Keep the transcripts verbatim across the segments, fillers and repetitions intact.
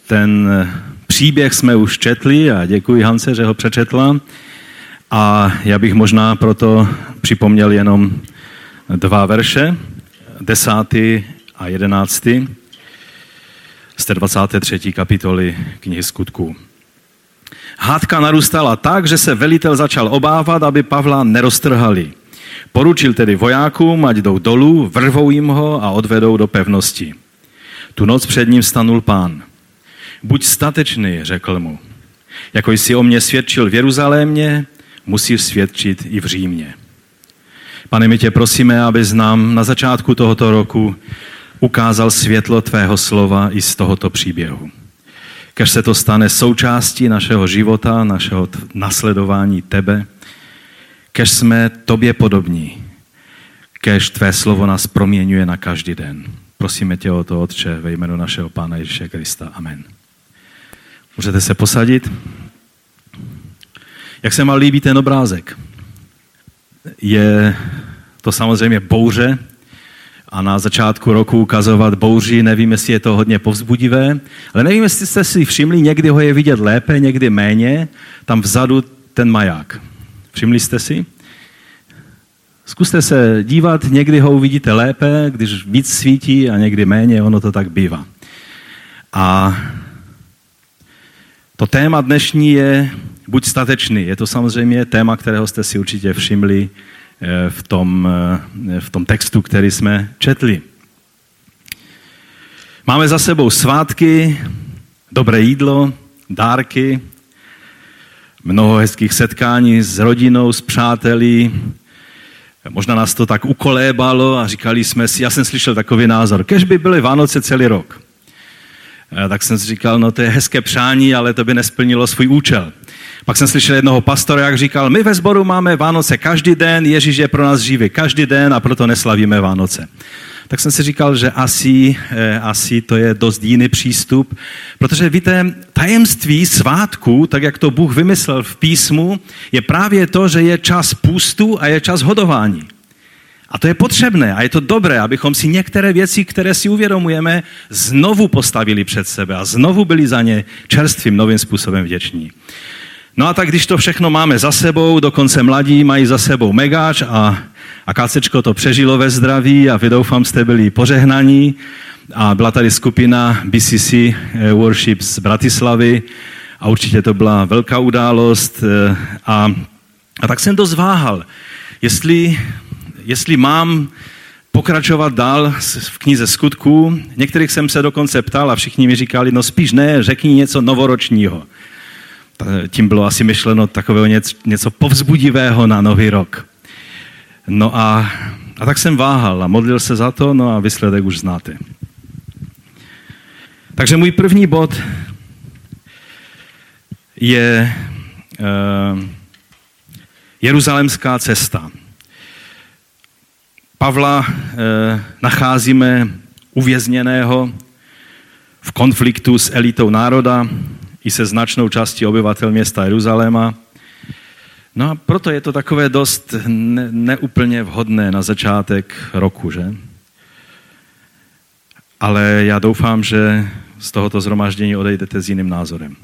Ten příběh jsme už četli a děkuji Hance, že ho přečetla. A já bych možná proto připomněl jenom dva verše, desátý a jedenáctý z té dvacáté třetí kapitoly knihy Skutků. Hádka narůstala tak, že se velitel začal obávat, aby Pavla neroztrhali. Poručil tedy vojákům, ať jdou dolů, vrvou jim ho a odvedou do pevnosti. Tu noc před ním stanul Pán. Buď statečný, řekl mu. Jako jsi o mě svědčil v Jeruzalémě, musíš svědčit i v Římě. Pane, my tě prosíme, abys nám na začátku tohoto roku ukázal světlo tvého slova i z tohoto příběhu. Kež se to stane součástí našeho života, našeho t- nasledování tebe. Kež jsme tobě podobní. Kež tvé slovo nás proměňuje na každý den. Prosíme tě o to, Otče, ve jménu našeho Pána Ježíše Krista. Amen. Můžete se posadit? Jak se vám líbí ten obrázek? Je to samozřejmě bouře a na začátku roku ukazovat bouři, nevím, jestli je to hodně povzbudivé, ale nevím, jestli jste si všimli, někdy ho je vidět lépe, někdy méně, tam vzadu ten maják. Všimli jste si? Zkuste se dívat, někdy ho uvidíte lépe, když víc svítí a někdy méně, ono to tak bývá. A to téma dnešní je buď statečný. Je to samozřejmě téma, kterého jste si určitě všimli v tom, v tom textu, který jsme četli. Máme za sebou svátky, dobré jídlo, dárky, mnoho hezkých setkání s rodinou, s přáteli. Možná nás to tak ukolébalo a říkali jsme si, já jsem slyšel takový názor, kež by byly Vánoce celý rok. Tak jsem si říkal, no to je hezké přání, ale to by nesplnilo svůj účel. Pak jsem slyšel jednoho pastora, jak říkal, my ve sboru máme Vánoce každý den, Ježíš je pro nás živý každý den a proto neslavíme Vánoce. Tak jsem si říkal, že asi, eh, asi to je dost jiný přístup, protože víte, tajemství svátku, tak jak to Bůh vymyslel v písmu, je právě to, že je čas půstu a je čas hodování. A to je potřebné a je to dobré, abychom si některé věci, které si uvědomujeme, znovu postavili před sebe a znovu byli za ně čerstvým novým způsobem vděční. No a tak, když to všechno máme za sebou, dokonce mladí mají za sebou megáč a, a kácečko to přežilo ve zdraví a vy doufám jste byli požehnaní a byla tady skupina B C C Worship z Bratislavy a určitě to byla velká událost a, a tak jsem dost váhal, jestli, jestli mám pokračovat dál v knize Skutků. Některých jsem se dokonce ptal a všichni mi říkali, no spíš ne, řekni něco novoročního. Tím bylo asi myšleno takového něco, něco povzbudivého na nový rok. No a, a tak jsem váhal a modlil se za to, no a výsledek už znáte. Takže můj první bod je uh, Jeruzalémská cesta. Pavla uh, nacházíme uvězněného v konfliktu s elitou národa, i se značnou částí obyvatel města Jeruzaléma. No a proto je to takové dost ne, neúplně vhodné na začátek roku, že? Ale já doufám, že z tohoto shromáždění odejdete s jiným názorem.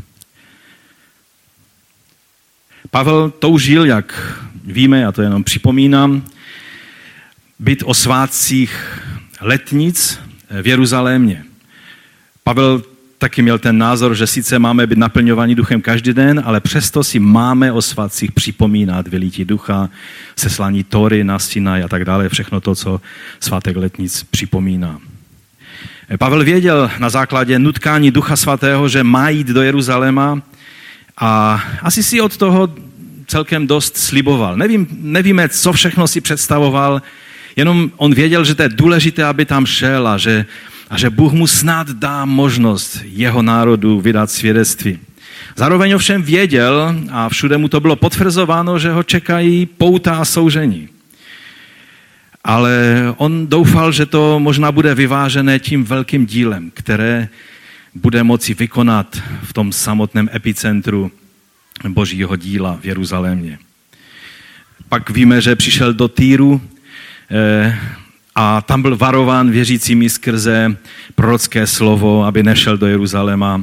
Pavel toužil, jak víme, já to jenom připomínám, být o svátcích letnic v Jeruzalémě. Pavel taky měl ten názor, že sice máme být naplňovaní duchem každý den, ale přesto si máme o svátcích připomínat vylití ducha, seslání Tóry na Sinaj a tak dále, všechno to, co svátek letnic připomíná. Pavel věděl na základě nutkání Ducha Svatého, že má jít do Jeruzaléma a asi si od toho celkem dost sliboval. Nevím, nevíme, co všechno si představoval, jenom on věděl, že to je důležité, aby tam šel a že A že Bůh mu snad dá možnost jeho národu vydat svědectví. Zároveň ovšem věděl, a všude mu to bylo potvrzováno, že ho čekají pouta a soužení. Ale on doufal, že to možná bude vyvážené tím velkým dílem, které bude moci vykonat v tom samotném epicentru božího díla v Jeruzalémě. Pak víme, že přišel do Týru, eh, a tam byl varován věřícími skrze prorocké slovo, aby nešel do Jeruzaléma.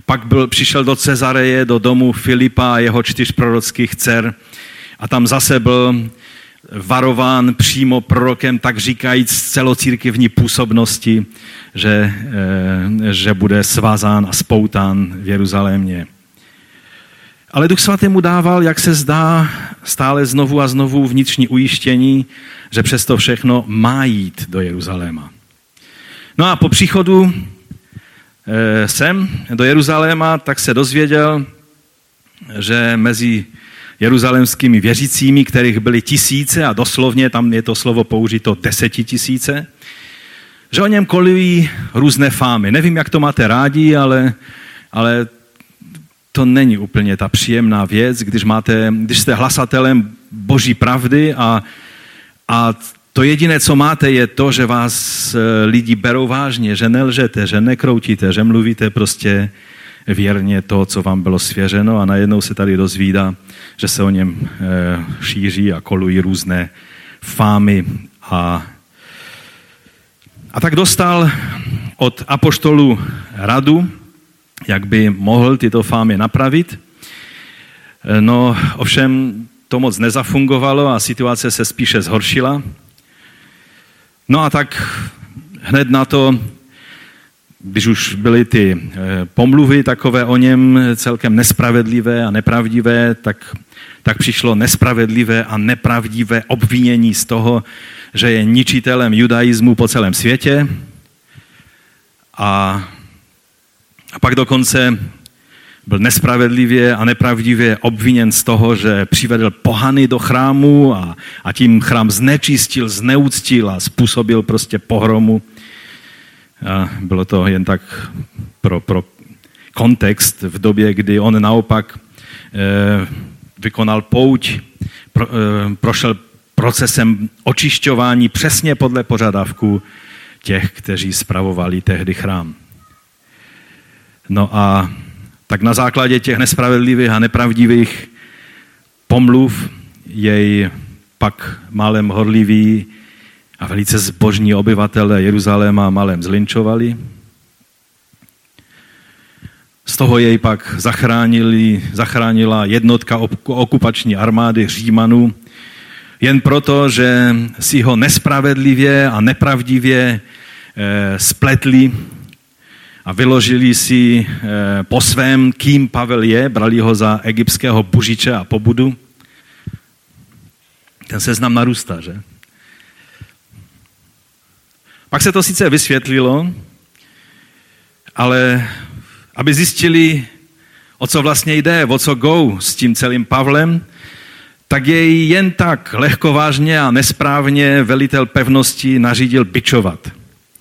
Pak byl, přišel do Cezareje, do domu Filipa a jeho čtyř prorockých dcer a tam zase byl varován přímo prorokem, tak říkajíc z celocírkevní působnosti, že, že bude svázán a spoután v Jeruzalémě. Ale Duch Svatý mu dával, jak se zdá, stále znovu a znovu vnitřní ujištění, že přesto všechno má jít do Jeruzaléma. No a po příchodu e, sem do Jeruzaléma, tak se dozvěděl, že mezi jeruzalémskými věřícími, kterých byly tisíce, a doslovně tam je to slovo použito desetitisíce, že o něm kolují různé fámy. Nevím, jak to máte rádi, ale, ale to není úplně ta příjemná věc, když, máte, když jste hlasatelem Boží pravdy a, a to jediné, co máte, je to, že vás lidi berou vážně, že nelžete, že nekroutíte, že mluvíte prostě věrně to, co vám bylo svěřeno, a najednou se tady dozvídá, že se o něm e, šíří a kolují různé fámy. A, a tak dostal od apoštolů radu, jak by mohl tyto fámy napravit. No ovšem to moc nezafungovalo a situace se spíše zhoršila. No a tak hned na to, když už byly ty pomluvy takové o něm celkem nespravedlivé a nepravdivé, tak, tak přišlo nespravedlivé a nepravdivé obvinění z toho, že je ničitelem judaismu po celém světě. A, a pak dokonce byl nespravedlivě a nepravdivě obviněn z toho, že přivedl pohany do chrámu a, a tím chrám znečistil, zneuctil a způsobil prostě pohromu. A bylo to jen tak pro, pro kontext v době, kdy on naopak e, vykonal pouť, pro, e, prošel procesem očišťování přesně podle požadavků těch, kteří spravovali tehdy chrám. No a tak na základě těch nespravedlivých a nepravdivých pomluv jej pak málem horliví a velice zbožní obyvatele Jeruzaléma málem zlinčovali. Z toho jej pak zachránili, zachránila jednotka okupační armády Římanů, jen proto, že si ho nespravedlivě a nepravdivě eh, spletli a vyložili si eh, po svém, kým Pavel je, brali ho za egyptského buřiče a pobudu. Ten seznam narůstá, že? Pak se to sice vysvětlilo, ale aby zjistili, o co vlastně jde, o co go s tím celým Pavlem, tak jej jen tak lehkovážně a nesprávně velitel pevnosti nařídil bičovat.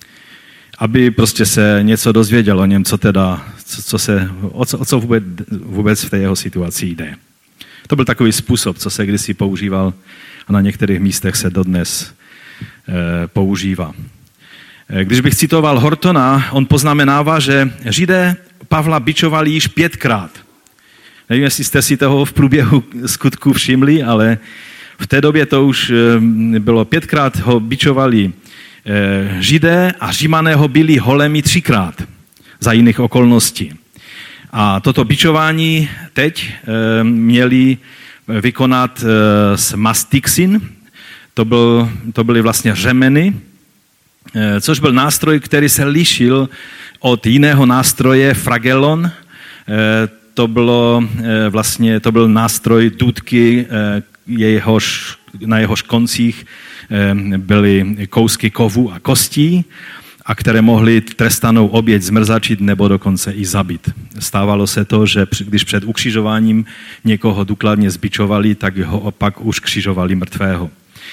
Aby prostě se něco dozvěděl o něm, co teda, co, co se, o co, o co vůbec, vůbec v té jeho situaci jde. To byl takový způsob, co se kdysi používal a na některých místech se dodnes e, používá. Když bych citoval Hortona, on poznamenává, že Židé Pavla bičovali již pětkrát. Nevím, jestli jste si toho v průběhu skutku všimli, ale v té době to už bylo pětkrát ho bičovali Židé a Římané ho byli holemi třikrát za jiných okolností. A toto bičování teď měli vykonat s mastixin, to, byl, to byly vlastně řemeny, což byl nástroj, který se lišil od jiného nástroje fragellon. To, bylo, vlastně, to byl nástroj dudky, jehož, na jehož koncích byly kousky kovu a kostí, a které mohly trestanou oběť zmrzačit nebo dokonce i zabít. Stávalo se to, že když před ukřižováním někoho důkladně zbičovali, tak ho opak už křižovali mrtvého.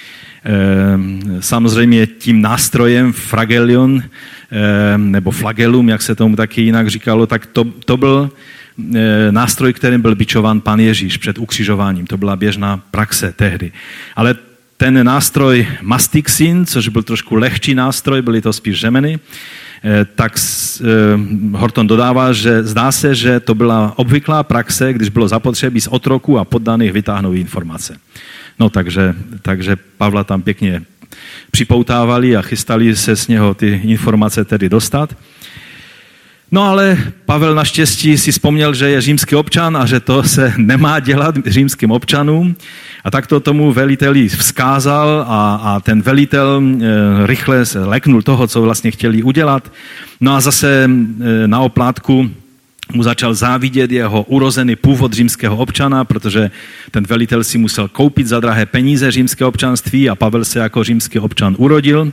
Samozřejmě tím nástrojem fragelion nebo flagellum, jak se tomu taky jinak říkalo, tak to, to byl nástroj, kterým byl bičován pan Ježíš před ukřižováním. To byla běžná praxe tehdy. Ale ten nástroj mastixin, což byl trošku lehčí nástroj, byly to spíš řemeny, tak Horton dodává, že zdá se, že to byla obvyklá praxe, když bylo zapotřebí z otroků a poddaných vytáhnout informace. No takže, takže Pavla tam pěkně připoutávali a chystali se z něho ty informace tedy dostat. No ale Pavel naštěstí si vzpomněl, že je římský občan a že to se nemá dělat římským občanům. A tak to tomu veliteli vzkázal a, a ten velitel e, rychle se leknul toho, co vlastně chtěli udělat. No a zase e, na oplátku mu začal závidět jeho urozený původ římského občana, protože ten velitel si musel koupit za drahé peníze římské občanství a Pavel se jako římský občan urodil.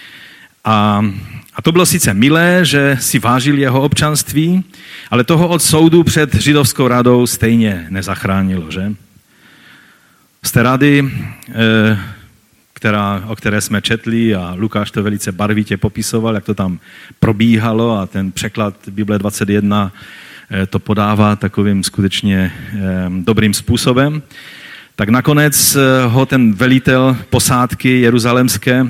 A, a to bylo sice milé, že si vážil jeho občanství, ale toho od soudu před židovskou radou stejně nezachránilo, že? Z té rady, která, o které jsme četli a Lukáš to velice barvitě popisoval, jak to tam probíhalo a ten překlad Bible dvacet jedna to podává takovým skutečně dobrým způsobem, tak nakonec ho ten velitel posádky jeruzalémské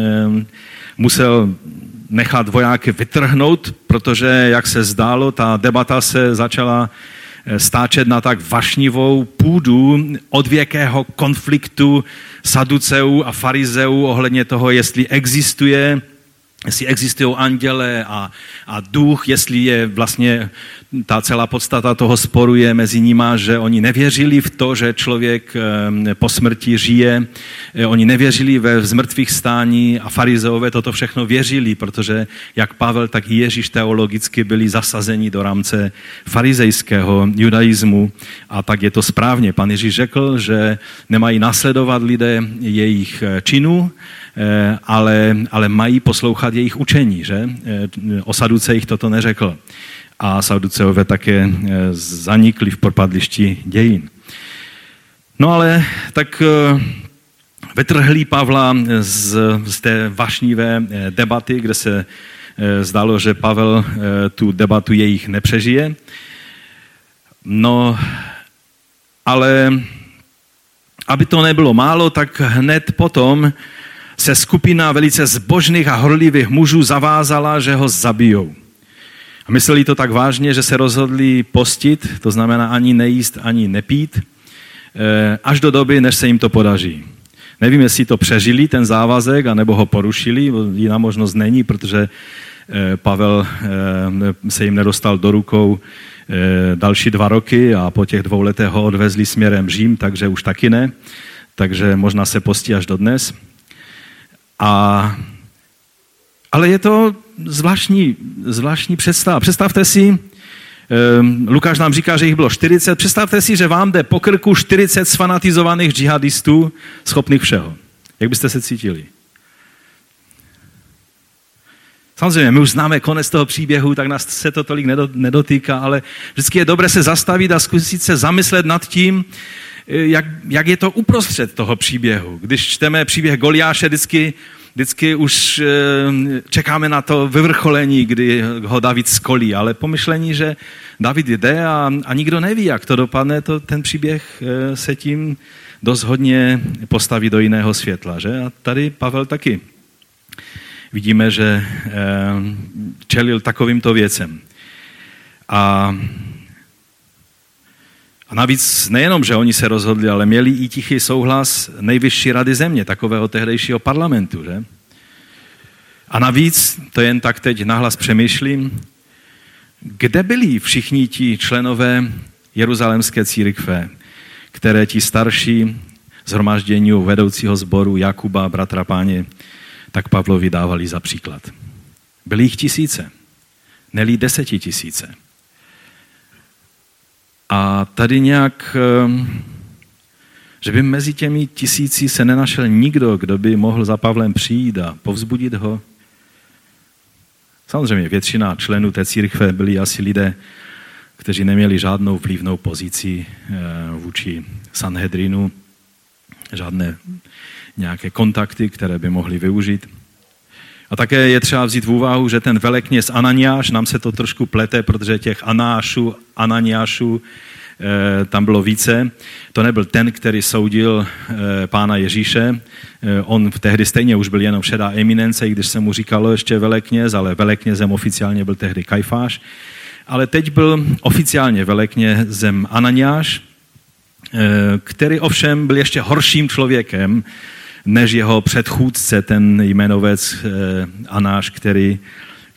musel nechat vojáky vytrhnout, protože, jak se zdálo, ta debata se začala stáčet na tak vašnivou půdu odvěkého konfliktu saduceů a farizeů ohledně toho, jestli existuje, jestli existují anděle a, a duch, jestli je vlastně ta celá podstata toho sporu je mezi nima, že oni nevěřili v to, že člověk po smrti žije, oni nevěřili ve zmrtvých stání a farizeové toto všechno věřili, protože jak Pavel, tak i Ježíš teologicky byli zasazeni do rámce farizejského judaismu a tak je to správně. Pan Ježíš řekl, že nemají následovat lidé jejich činů, ale, ale mají poslouchat jejich učení, že? O saducejích toto neřekl. A saduceové také zanikli v propadlišti dějin. No ale tak vytrhli Pavla z, z té vášnivé debaty, kde se zdálo, že Pavel tu debatu jejich nepřežije. No, ale aby to nebylo málo, tak hned potom se skupina velice zbožných a horlivých mužů zavázala, že ho zabijou. A mysleli to tak vážně, že se rozhodli postit, to znamená ani nejíst, ani nepít, až do doby, než se jim to podaří. Nevím, jestli to přežili, ten závazek, anebo ho porušili, jiná možnost není, protože Pavel se jim nedostal do rukou další dva roky a po těch dvou letech ho odvezli směrem Řím, takže už taky ne, takže možná se postí až dodnes. A, ale je to zvláštní, zvláštní představa. Představte si, Lukáš nám říká, že jich bylo čtyřicet. Představte si, že vám jde po krku čtyřicet sfanatizovaných džihadistů, schopných všeho. Jak byste se cítili? Samozřejmě, my už známe konec toho příběhu, tak nás se to tolik nedotýká, ale vždycky je dobré se zastavit a zkusit se zamyslet nad tím, jak, jak je to uprostřed toho příběhu. Když čteme příběh Goliáše, vždycky, vždycky už čekáme na to vyvrcholení, kdy ho David skolí, ale pomyšlení, že David jde a, a nikdo neví, jak to dopadne, to, ten příběh se tím dost hodně postaví do jiného světla. Že? A tady Pavel taky. Vidíme, že čelil takovýmto věcem. A A navíc nejenom, že oni se rozhodli, ale měli i tichý souhlas nejvyšší rady země, takového tehdejšího parlamentu. Že? A navíc, to jen tak teď nahlas přemýšlím, kde byli všichni ti členové jeruzalémské církve, které ti starší shromáždění vedoucího sboru Jakuba, bratra Páně, tak Pavlovi dávali za příklad. Byli jich tisíce, ne-li desetitisíce. A tady nějak, že by mezi těmi tisíci se nenašel nikdo, kdo by mohl za Pavlem přijít a povzbudit ho. Samozřejmě většina členů té církve byli asi lidé, kteří neměli žádnou vlivnou pozici vůči Sanhedrinu, žádné nějaké kontakty, které by mohli využít. A také je třeba vzít v úvahu, že ten velekněz Ananiáš, nám se to trošku plete, protože těch Anášů, Ananiášů e, tam bylo více. To nebyl ten, který soudil e, pána Ježíše. E, on tehdy stejně už byl jenom šedá eminence, i když se mu říkalo ještě velekněz, ale veleknězem oficiálně byl tehdy Kajfáš. Ale teď byl oficiálně veleknězem Ananiáš, e, který ovšem byl ještě horším člověkem, než jeho předchůdce, ten jmenovec Anáš, který,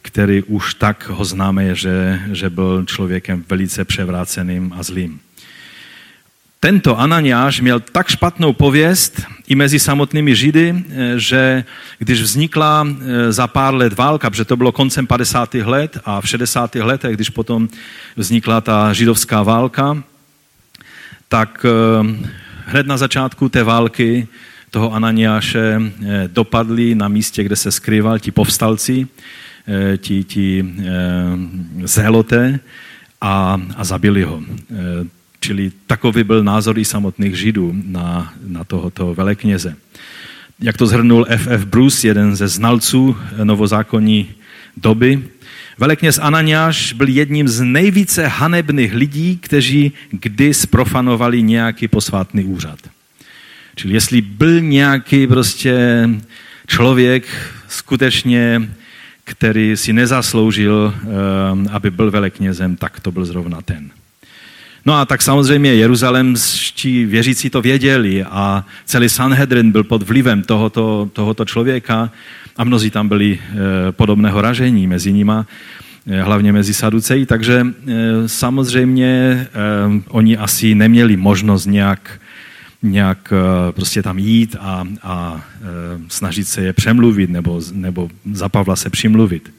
který už tak ho známe, že, že byl člověkem velice převráceným a zlým. Tento Ananiáš měl tak špatnou pověst i mezi samotnými Židy, že když vznikla za pár let válka, protože to bylo koncem padesátých let a v šedesátých letech, když potom vznikla ta židovská válka, tak hned na začátku té války toho Ananiáše dopadli na místě, kde se skrýval, ti povstalci, ti, ti zéloté a, a zabili ho. Čili takový byl názor i samotných Židů na, na tohoto velekněze. Jak to shrnul F F Bruce, jeden ze znalců novozákonní doby, velekněz Ananiáš byl jedním z nejvíce hanebných lidí, kteří kdy zprofanovali nějaký posvátný úřad. Čili jestli byl nějaký prostě člověk skutečně, který si nezasloužil, aby byl veleknězem, tak to byl zrovna ten. No a tak samozřejmě jeruzalémští věřící to věděli a celý Sanhedrin byl pod vlivem tohoto, tohoto člověka a mnozí tam byli e, podobného ražení mezi nima, e, hlavně mezi Saduceji, takže e, samozřejmě e, oni asi neměli možnost nějak, nějak e, prostě tam jít a, a e, snažit se je přemluvit nebo, nebo za Pavla se přimluvit.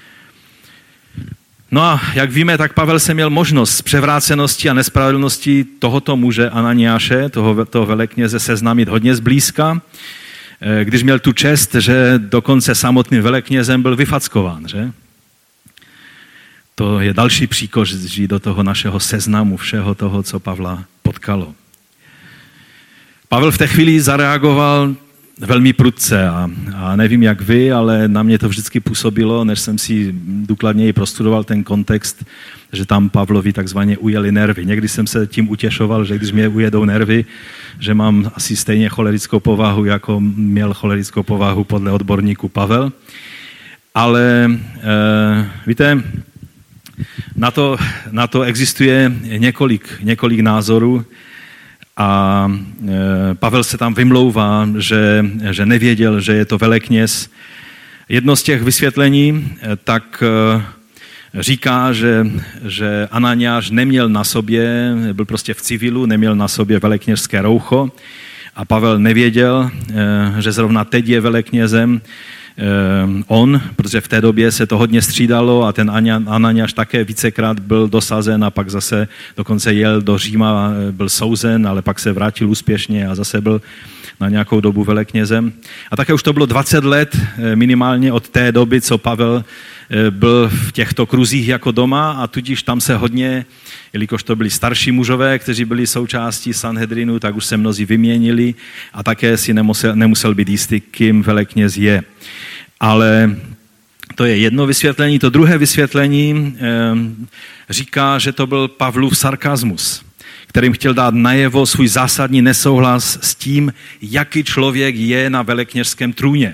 No a jak víme, tak Pavel se měl možnost z převrácenosti a nespravedlnosti tohoto muže Ananiáše, toho, toho velekněze, seznámit hodně zblízka, když měl tu čest, že dokonce samotným veleknězem byl vyfackován, že? To je další příkoří do toho našeho seznamu všeho toho, co Pavla potkalo. Pavel v té chvíli zareagoval velmi prudce a, a nevím jak vy, ale na mě to vždycky působilo, než jsem si důkladněji prostudoval ten kontext, že tam Pavlovi takzvaně ujeli nervy. Někdy jsem se tím utěšoval, že když mě ujedou nervy, že mám asi stejně cholerickou povahu, jako měl cholerickou povahu podle odborníků Pavel. Ale e, víte, na to, na to existuje několik, několik názorů. A Pavel se tam vymlouvá, že, že nevěděl, že je to velekněz. Jedno z těch vysvětlení tak říká, že, že Ananiáš neměl na sobě, byl prostě v civilu, neměl na sobě velekněžské roucho a Pavel nevěděl, že zrovna teď je veleknězem on, protože v té době se to hodně střídalo a ten Ananiáš také vícekrát byl dosazen a pak zase dokonce jel do Říma, byl souzen, ale pak se vrátil úspěšně a zase byl na nějakou dobu veleknězem. A také už to bylo dvacet let minimálně od té doby, co Pavel byl v těchto kruzích jako doma a tudíž tam se hodně, jelikož to byli starší mužové, kteří byli součástí Sanhedrinu, tak už se mnozí vyměnili a také si nemusel, nemusel být jistý, kým velekněz je. Ale to je jedno vysvětlení. To druhé vysvětlení eh, říká, že to byl Pavlův sarkazmus, kterým chtěl dát najevo svůj zásadní nesouhlas s tím, jaký člověk je na velekněžském trůně.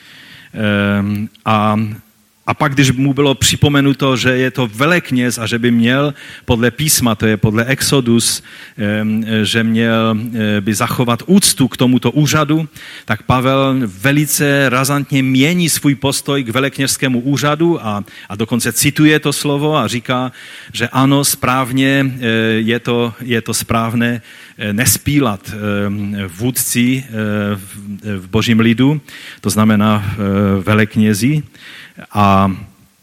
Eh, a A pak, když mu bylo připomenuto, že je to velekněz a že by měl podle písma, to je podle Exodus, že měl by zachovat úctu k tomuto úřadu, tak Pavel velice razantně mění svůj postoj k velekněžskému úřadu a, a dokonce cituje to slovo a říká, že ano, správně je to, je to správné nespílat vůdci v božím lidu, to znamená veleknězi, A,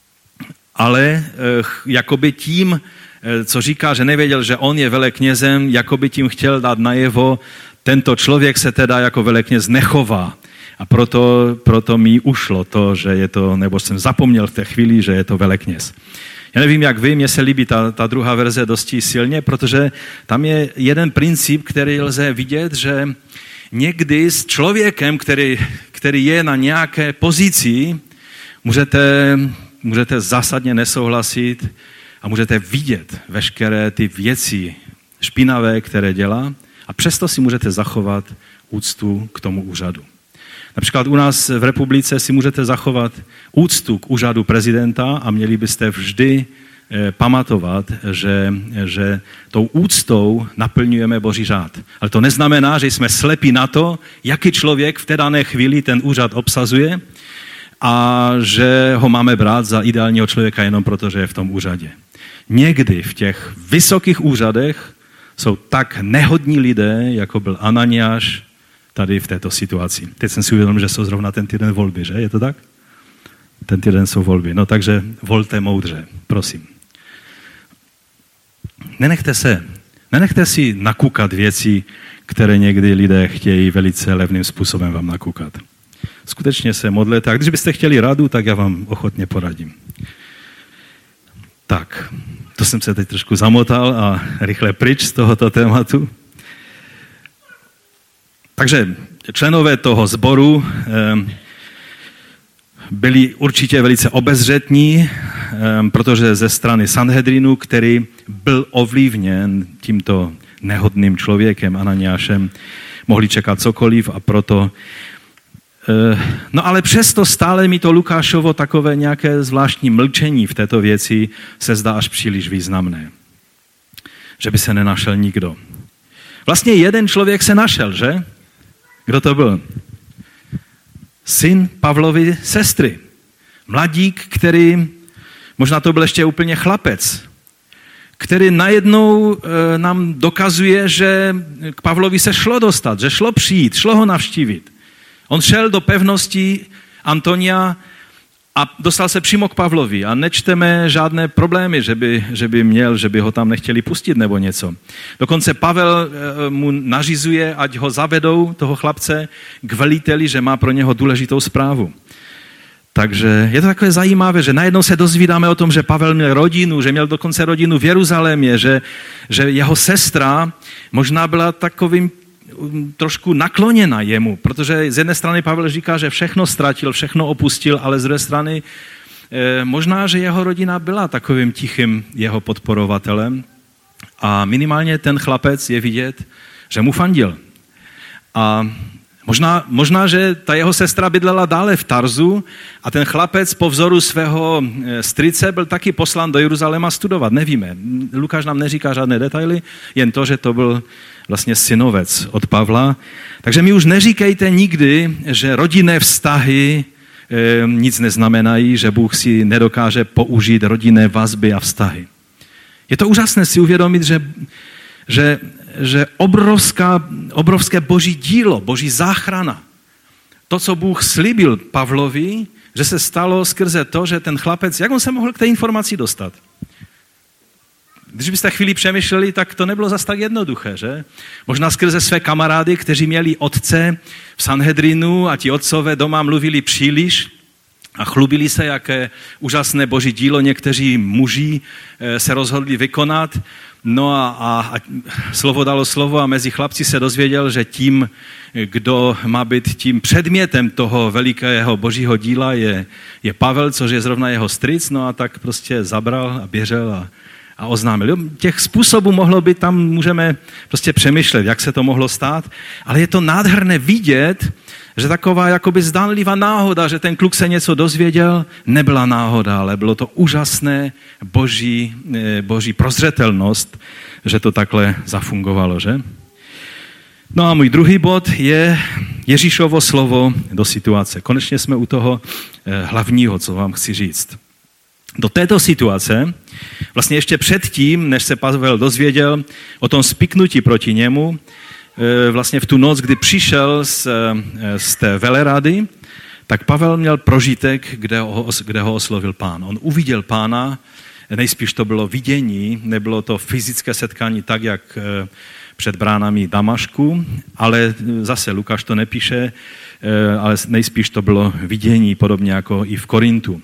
ale jakoby tím, co říká, že nevěděl, že on je veleknězem, jakoby tím chtěl dát najevo, tento člověk se teda jako velekněz nechová. A proto, proto mi ušlo to, že je to, nebo jsem zapomněl v té chvíli, že je to velekněz. Já nevím, jak vy, mně se líbí ta, ta druhá verze dosti silně, protože tam je jeden princip, který lze vidět, že někdy s člověkem, který, který je na nějaké pozici, Můžete, můžete zásadně nesouhlasit a můžete vidět veškeré ty věci špinavé, které dělá a přesto si můžete zachovat úctu k tomu úřadu. Například u nás v republice si můžete zachovat úctu k úřadu prezidenta a měli byste vždy pamatovat, že, že tou úctou naplňujeme Boží řád. Ale to neznamená, že jsme slepí na to, jaký člověk v té dané chvíli ten úřad obsazuje, a že ho máme brát za ideálního člověka jenom proto, že je v tom úřadě. Někdy v těch vysokých úřadech jsou tak nehodní lidé, jako byl Ananiáš tady v této situaci. Teď jsem si uvědomil, že jsou zrovna ten týden volby, že? Je to tak? Ten týden jsou volby. No takže volte moudře, prosím. Nenechte se, nenechte si nakukat věci, které někdy lidé chtějí velice levným způsobem vám nakukat. Skutečně se modlete. A když byste chtěli radu, tak já vám ochotně poradím. Tak, to jsem se teď trošku zamotal a rychle pryč z tohoto tématu. Takže členové toho sboru eh, byli určitě velice obezřetní, eh, protože ze strany Sanhedrinu, který byl ovlivněn tímto nehodným člověkem Ananiášem, mohli čekat cokoliv a proto no ale přesto stále mi to Lukášovo takové nějaké zvláštní mlčení v této věci se zdá až příliš významné. Že by se nenašel nikdo. Vlastně jeden člověk se našel, že? Kdo to byl? Syn Pavlovy sestry. Mladík, který, možná to byl ještě úplně chlapec, který najednou e, nám dokazuje, že k Pavlovi se šlo dostat, že šlo přijít, šlo ho navštívit. On šel do pevnosti Antonia a dostal se přímo k Pavlovi a nečteme žádné problémy, že by, že by měl, že by ho tam nechtěli pustit nebo něco. Dokonce Pavel mu nařizuje, ať ho zavedou, toho chlapce, k veliteli, že má pro něho důležitou zprávu. Takže je to takové zajímavé, že najednou se dozvídáme o tom, že Pavel měl rodinu, že měl dokonce rodinu v Jeruzalémě, že, že jeho sestra možná byla takovým trošku nakloněna jemu, protože z jedné strany Pavel říká, že všechno ztratil, všechno opustil, ale z druhé strany eh, možná, že jeho rodina byla takovým tichým jeho podporovatelem a minimálně ten chlapec je vidět, že mu fandil. A možná, možná, že ta jeho sestra bydlela dále v Tarzu a ten chlapec po vzoru svého strýce byl taky poslán do Jeruzaléma studovat. Nevíme. Lukáš nám neříká žádné detaily, jen to, že to byl vlastně synovec od Pavla. Takže mi už neříkejte nikdy, že rodinné vztahy e, nic neznamenají, že Bůh si nedokáže použít rodinné vazby a vztahy. Je to úžasné si uvědomit, že, že, že obrovská, obrovské boží dílo, boží záchrana, to, co Bůh slíbil Pavlovi, že se stalo skrze to, že ten chlapec, jak on se mohl k té informaci dostat? Když byste chvíli přemýšleli, tak to nebylo zas tak jednoduché, že? Možná skrze své kamarády, kteří měli otce v Sanhedrinu a ti otcové doma mluvili příliš a chlubili se, jaké úžasné boží dílo někteří muži se rozhodli vykonat. No a, a, a slovo dalo slovo a mezi chlapci se dozvěděl, že tím, kdo má být tím předmětem toho velikého božího díla, je, je Pavel, což je zrovna jeho strýc, no a tak prostě zabral a běžel a a oznámil. Těch způsobů mohlo být, tam můžeme prostě přemýšlet, jak se to mohlo stát, ale je to nádherné vidět, že taková jakoby zdánlivá náhoda, že ten kluk se něco dozvěděl, nebyla náhoda, ale bylo to úžasné boží, boží prozřetelnost, že to takhle zafungovalo, že? No a můj druhý bod je Ježíšovo slovo do situace. Konečně jsme u toho hlavního, co vám chci říct. Do této situace, vlastně ještě předtím, než se Pavel dozvěděl o tom spiknutí proti němu, vlastně v tu noc, kdy přišel z, z té velerady, tak Pavel měl prožitek, kde ho, kde ho oslovil Pán. On uviděl Pána, nejspíš to bylo vidění, nebylo to fyzické setkání tak, jak před bránami Damašku, ale zase Lukáš to nepíše, ale nejspíš to bylo vidění, podobně jako i v Korintu.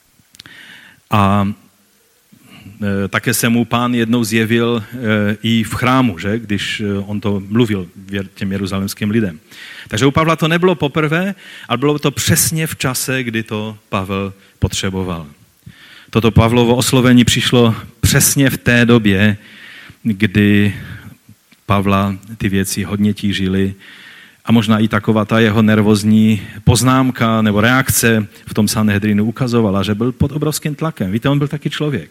A e, také se mu Pán jednou zjevil e, i v chrámu, že? Když on to mluvil těm jeruzalémským lidem. Takže u Pavla to nebylo poprvé, ale bylo to přesně v čase, kdy to Pavel potřeboval. Toto Pavlovo oslovení přišlo přesně v té době, kdy Pavla ty věci hodně tížily a možná i taková ta jeho nervózní poznámka nebo reakce v tom Sanhedrinu ukazovala, že byl pod obrovským tlakem. Víte, on byl taky člověk.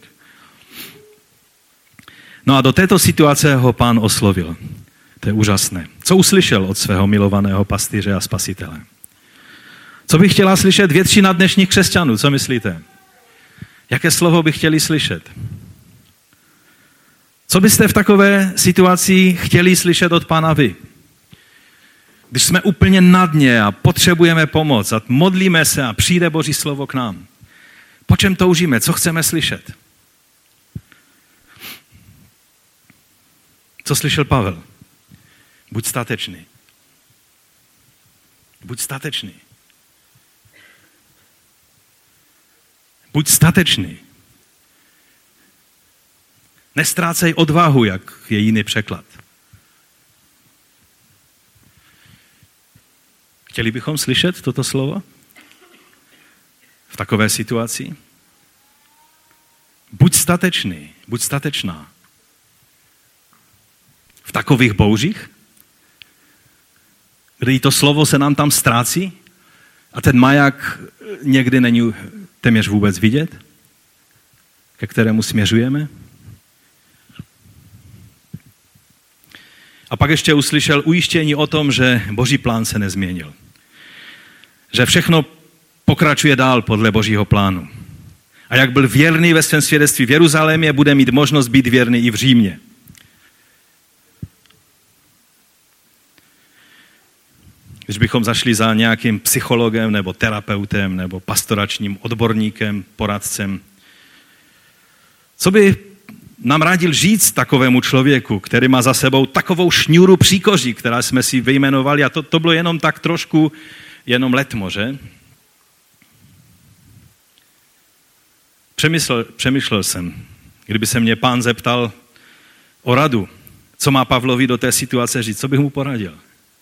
No a do této situace ho Pán oslovil. To je úžasné. Co uslyšel od svého milovaného pastýře a spasitele? Co by chtěla slyšet většina dnešních křesťanů? Co myslíte? Jaké slovo by chtěli slyšet? Co byste v takové situaci chtěli slyšet od Pána vy? Když jsme úplně na dně a potřebujeme pomoc a modlíme se a přijde Boží slovo k nám. Po čem toužíme? Co chceme slyšet? Co slyšel Pavel? Buď statečný. Buď statečný. Buď statečný. Nestrácej odvahu, jak je jiný překlad. Chtěli bychom slyšet toto slovo? V takové situaci? Buď statečný, buď statečná. V takových bouřích, kdy to slovo se nám tam ztrácí a ten maják někdy není téměř vůbec vidět, ke kterému směřujeme. A pak ještě uslyšel ujištění o tom, že Boží plán se nezměnil. Že všechno pokračuje dál podle Božího plánu. A jak byl věrný ve svém svědectví v Jeruzalémě, bude mít možnost být věrný i v Římě. Když bychom zašli za nějakým psychologem nebo terapeutem nebo pastoračním odborníkem, poradcem, co by nám radil říct takovému člověku, který má za sebou takovou šňůru příkoří, která jsme si vyjmenovali, a to, to bylo jenom tak trošku, jenom letmo, že? Přemýšlel, přemýšlel jsem, kdyby se mě Pán zeptal o radu, co má Pavlovi do té situace říct, co bych mu poradil?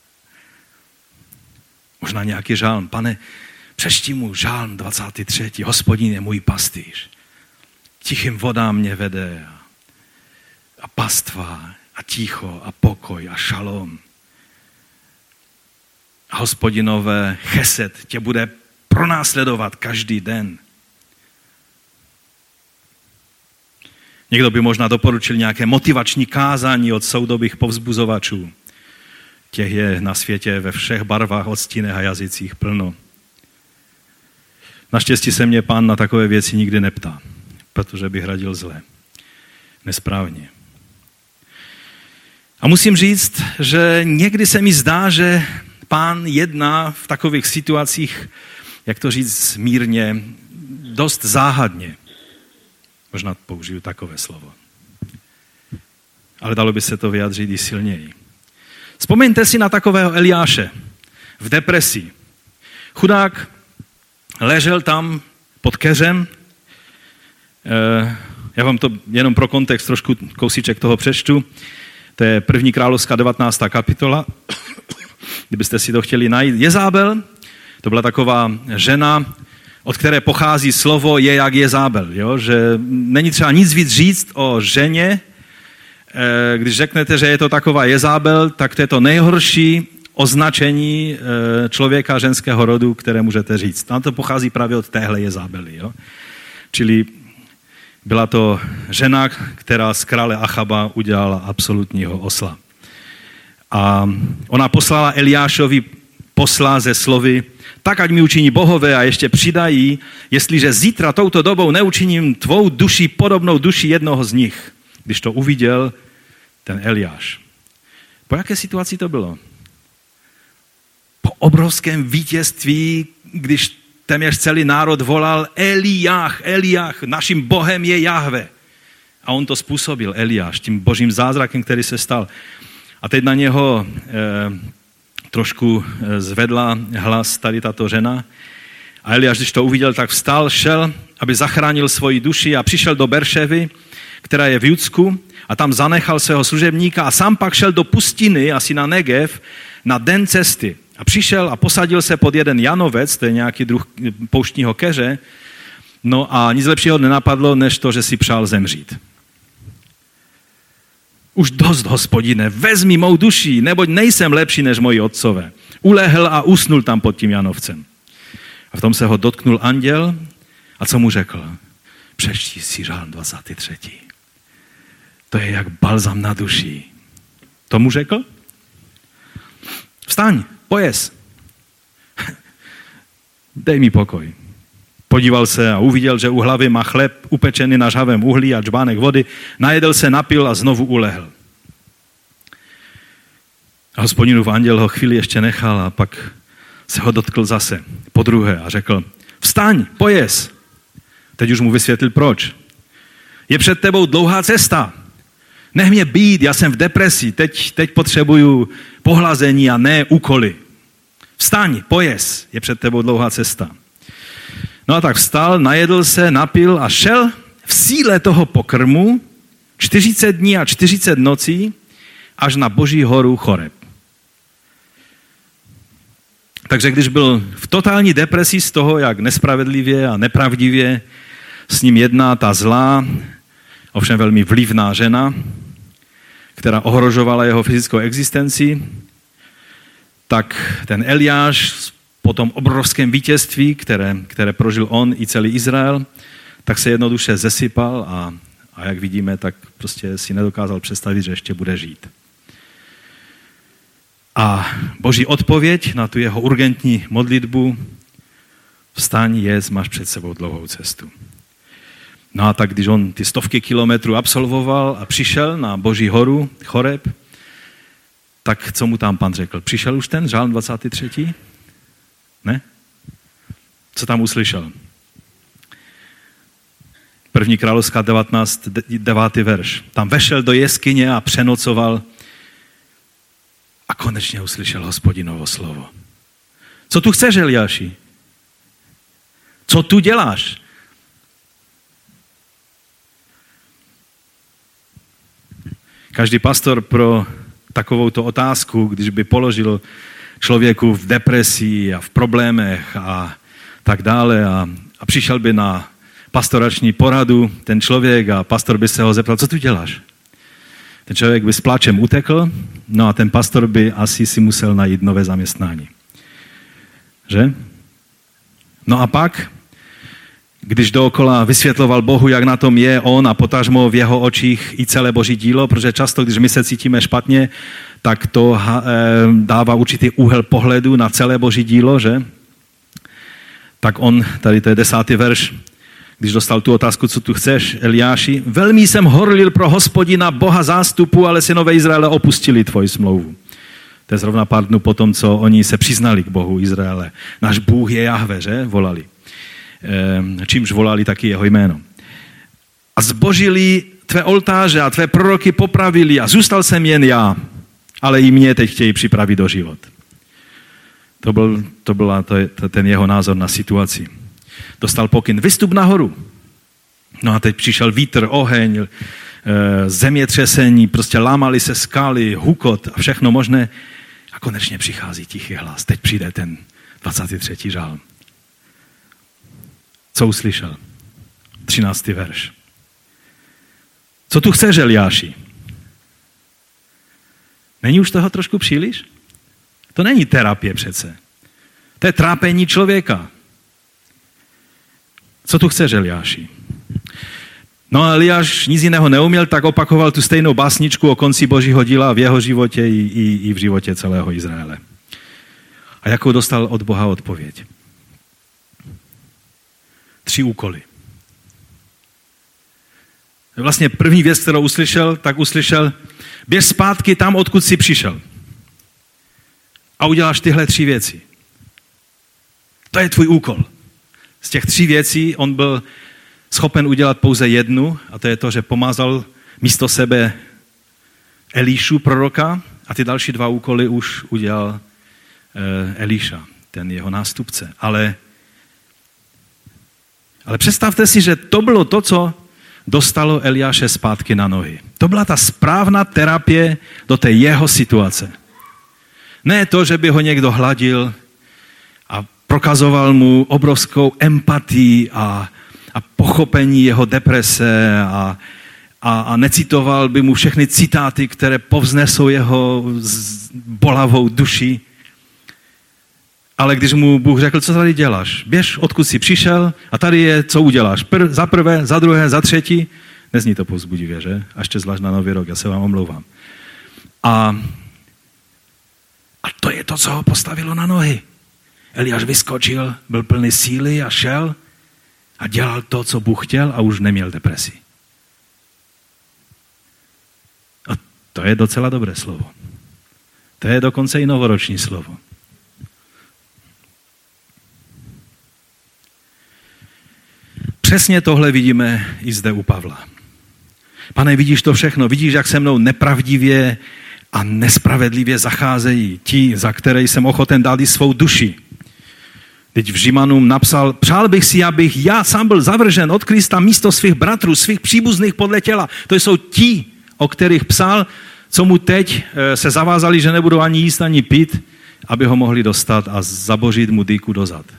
Možná nějaký žálm. Pane, přečti mu žálm dvacátý třetí Hospodin je můj pastýř. Tichým vodám mě vede a, a pastva a ticho a pokoj a šalom. A Hospodinové chesed tě bude pronásledovat každý den. Někdo by možná doporučil nějaké motivační kázání od soudobých povzbuzovačů. Těch je na světě ve všech barvách, odstínech a jazycích plno. Naštěstí se mě Pán na takové věci nikdy neptá, protože bych radil zle, nesprávně. A musím říct, že někdy se mi zdá, že Pán jedná v takových situacích, jak to říct mírně, dost záhadně. Možná použiju takové slovo. Ale dalo by se to vyjádřit i silněji. Vzpomeňte si na takového Eliáše v depresi. Chudák ležel tam pod keřem. Já vám to jenom pro kontext trošku kousíček toho přečtu. To je první královská devatenáctá kapitola. Kdybyste si to chtěli najít. Jezábel, to byla taková žena, od které pochází slovo je jak Jezábel. Jo? Že není třeba nic víc říct o ženě. Když řeknete, že je to taková Jezábel, tak to je to nejhorší označení člověka ženského rodu, které můžete říct. Tam to pochází právě od téhle Jezábely. Jo? Čili byla to žena, která z krále Achaba udělala absolutního osla. A ona poslala Eliášovi posla ze slovy, tak ať mi učiní bohové a ještě přidají, jestliže zítra touto dobou neučiním tvou duši podobnou duši jednoho z nich. Když to uviděl ten Eliáš. Po jaké situaci to bylo? Po obrovském vítězství, když téměř celý národ volal Eliáš, Eliáš, naším bohem je Jahve. A on to způsobil, Eliáš, tím božím zázrakem, který se stal. A teď na něho eh, trošku zvedla hlas tady tato žena. A Eliáš, když to uviděl, tak vstal, šel, aby zachránil svoji duši a přišel do Berševy, která je v Judsku, a tam zanechal svého služebníka a sám pak šel do pustiny, asi na Negev, na den cesty. A přišel a posadil se pod jeden janovec, to je nějaký druh pouštního keře, no a nic lepšího nenapadlo, než to, že si přál zemřít. Už dost, Hospodine, vezmi mou duši, neboť nejsem lepší než moji otcové. Ulehl a usnul tam pod tím janovcem. A v tom se ho dotknul anděl a co mu řekl? Přečti si žálm dvacátý třetí To je jak balzam na duši. To mu řekl? Vstaň, pojez. Dej mi pokoj. Podíval se a uviděl, že u hlavy má chleb upečený na žhavém uhlí a džbánek vody. Najedl se, napil a znovu ulehl. A Hospodinův anděl ho chvíli ještě nechal a pak se ho dotkl zase, po druhé a řekl, vstaň, pojez. Teď už mu vysvětlil proč. Je před tebou dlouhá cesta. Nech mě být, já jsem v depresi, teď, teď potřebuju pohlazení a ne úkoly. Vstaň, pojez, je před tebou dlouhá cesta. No a tak vstal, najedl se, napil a šel v síle toho pokrmu čtyřicet dní a čtyřicet nocí až na Boží horu Choreb. Takže když byl v totální depresi z toho, jak nespravedlivě a nepravdivě s ním jedná ta zlá, ovšem velmi vlivná žena, která ohrožovala jeho fyzickou existenci, tak ten Eliáš po tom obrovském vítězství, které, které prožil on i celý Izrael, tak se jednoduše zesypal a, a jak vidíme, tak prostě si nedokázal představit, že ještě bude žít. A Boží odpověď na tu jeho urgentní modlitbu, vstaň, jez, máš před sebou dlouhou cestu. No a tak, když on ty stovky kilometrů absolvoval a přišel na Boží horu Choreb, tak co mu tam Pan řekl? Přišel už ten žálm dvacátý třetí? Ne? Co tam uslyšel? První královská devatenáct, devátý verš. Tam vešel do jeskyně a přenocoval a konečně uslyšel Hospodinovo slovo. Co tu chceš, Eliáši? Co tu děláš? Každý pastor pro takovouto otázku, když by položil člověku v depresi a v problémech a tak dále a, a přišel by na pastorační poradu ten člověk a pastor by se ho zeptal, co tu děláš? Ten člověk by s pláčem utekl, no a ten pastor by asi si musel najít nové zaměstnání. Že? No a pak, když dookola vysvětloval Bohu, jak na tom je on a potažmo v jeho očích i celé Boží dílo, protože často, když my se cítíme špatně, tak to dává určitý úhel pohledu na celé Boží dílo, že? Tak on, tady to je desátý verš, když dostal tu otázku, co tu chceš, Eliáši, velmi jsem horlil pro Hospodina, Boha zástupu, ale synové Izraele opustili tvoji smlouvu. To je zrovna pár dnů potom, co oni se přiznali k Bohu Izraele. Náš Bůh je Jahve, že? Volali. E, čímž volali taky jeho jméno. A zbožili tvé oltáře a tvé proroky popravili a zůstal jsem jen já, ale i mě teď chtějí připravit do život. To byl, to byla to, to, ten jeho názor na situaci. Dostal pokyn, vystup nahoru. No a teď přišel vítr, oheň, zemětřesení, prostě lámali se skaly, hukot a všechno možné. A konečně přichází tichý hlas. Teď přijde ten dvacátý třetí žálm. Co uslyšel? třináctý verš. Co tu chceš, Eliáši? Není už toho trošku příliš? To není terapie přece. To je trápení člověka. Co tu chceš, Eliáši? No a Eliáš nic jiného neuměl, tak opakoval tu stejnou básničku o konci Božího díla v jeho životě i, i, i v životě celého Izraele. A jakou dostal od Boha odpověď? Tři úkoly. Vlastně první věc, kterou uslyšel, tak uslyšel, běž zpátky tam, odkud jsi přišel. A uděláš tyhle tři věci. To je tvůj úkol. Z těch tří věcí on byl schopen udělat pouze jednu, a to je to, že pomazal místo sebe Elíšu, proroka, a ty další dva úkoly už udělal eh, Elíša, ten jeho nástupce. Ale, ale představte si, že to bylo to, co dostalo Eliáše zpátky na nohy. To byla ta správná terapie do té jeho situace. Ne to, že by ho někdo hladil a prokazoval mu obrovskou empatii a, a pochopení jeho deprese a, a, a necitoval by mu všechny citáty, které povznesou jeho bolavou duši. Ale když mu Bůh řekl, co tady děláš? Běž, odkud jsi přišel a tady je, co uděláš. Pr- za prvé, za druhé, za třetí. Nezní to povzbudivě, že? A ještě zvlášť na Nový rok, já se vám omlouvám. A, a to je to, co ho postavilo na nohy. Eliáš vyskočil, byl plný síly a šel a dělal to, co Bůh chtěl a už neměl depresi. A to je docela dobré slovo. To je dokonce i novoroční slovo. Přesně tohle vidíme i zde u Pavla. Pane, vidíš to všechno? Vidíš, jak se mnou nepravdivě a nespravedlivě zacházejí ti, za které jsem ochoten dát i svou duši. Teď v Římanům napsal, přál bych si, abych já sám byl zavržen od Krista místo svých bratrů, svých příbuzných podle těla. To jsou ti, o kterých psal, co mu teď se zavázali, že nebudou ani jíst, ani pít, aby ho mohli dostat a zabořit mu dýku do zad.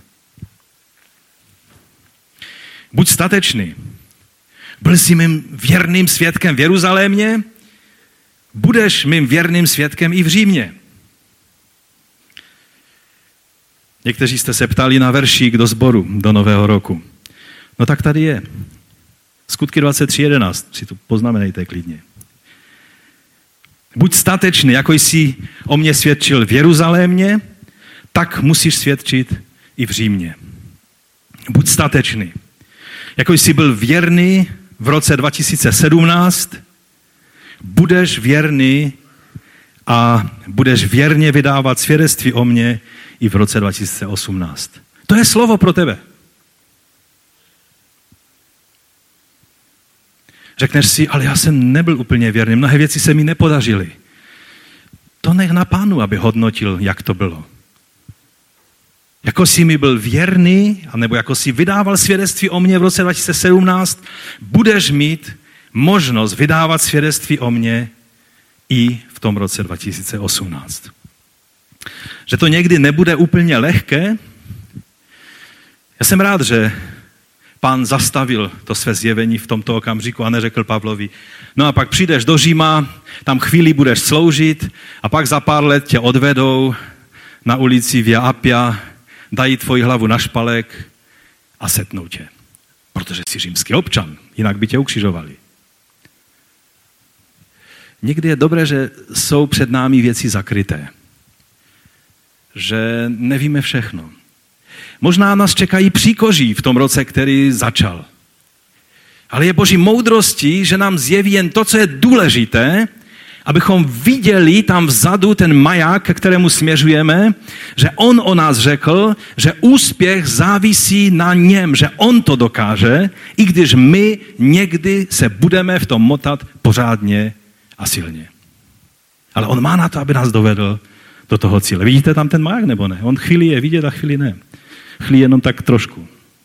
Buď statečný. Byl jsi mým věrným svědkem v Jeruzalémě, budeš mým věrným svědkem i v Římě. Někteří jste se ptali na veršík do sboru do Nového roku. No tak tady je. Skutky dvacet tři jedenáct, si to poznamenejte klidně. Buď statečný, jako jsi o mě svědčil v Jeruzalémě, tak musíš svědčit i v Římě. Buď statečný. Jako jsi byl věrný v roce dva tisíce sedmnáct, budeš věrný a budeš věrně vydávat svědectví o mně i v roce dva tisíce osmnáct. To je slovo pro tebe. Řekneš si, ale já jsem nebyl úplně věrný, mnohé věci se mi nepodařily. To nech na Pánu, aby hodnotil, jak to bylo. Jako jsi mi byl věrný, anebo jako jsi vydával svědectví o mně v roce dva tisíce sedmnáct, budeš mít možnost vydávat svědectví o mně i v tom roce dva tisíce osmnáct. Že to někdy nebude úplně lehké. Já jsem rád, že Pán zastavil to své zjevení v tomto okamžiku a neřekl Pavlovi, no a pak přijdeš do Říma, tam chvíli budeš sloužit a pak za pár let tě odvedou na ulici Via Appia, dají tvoji hlavu na špalek a setnou tě. Protože jsi římský občan, jinak by tě ukřižovali. Někdy je dobré, že jsou před námi věci zakryté. Že nevíme všechno. Možná nás čekají příkoří v tom roce, který začal. Ale je Boží moudrostí, že nám zjeví jen to, co je důležité, abychom viděli tam vzadu ten maják, ke kterému směřujeme, že on o nás řekl, že úspěch závisí na něm, že on to dokáže, i když my někdy se budeme v tom motat pořádně a silně. Ale on má na to, aby nás dovedl do toho cíle. Vidíte tam ten maják nebo ne? On chvíli je vidět a chvíli ne. Chvíli jenom tak trošku.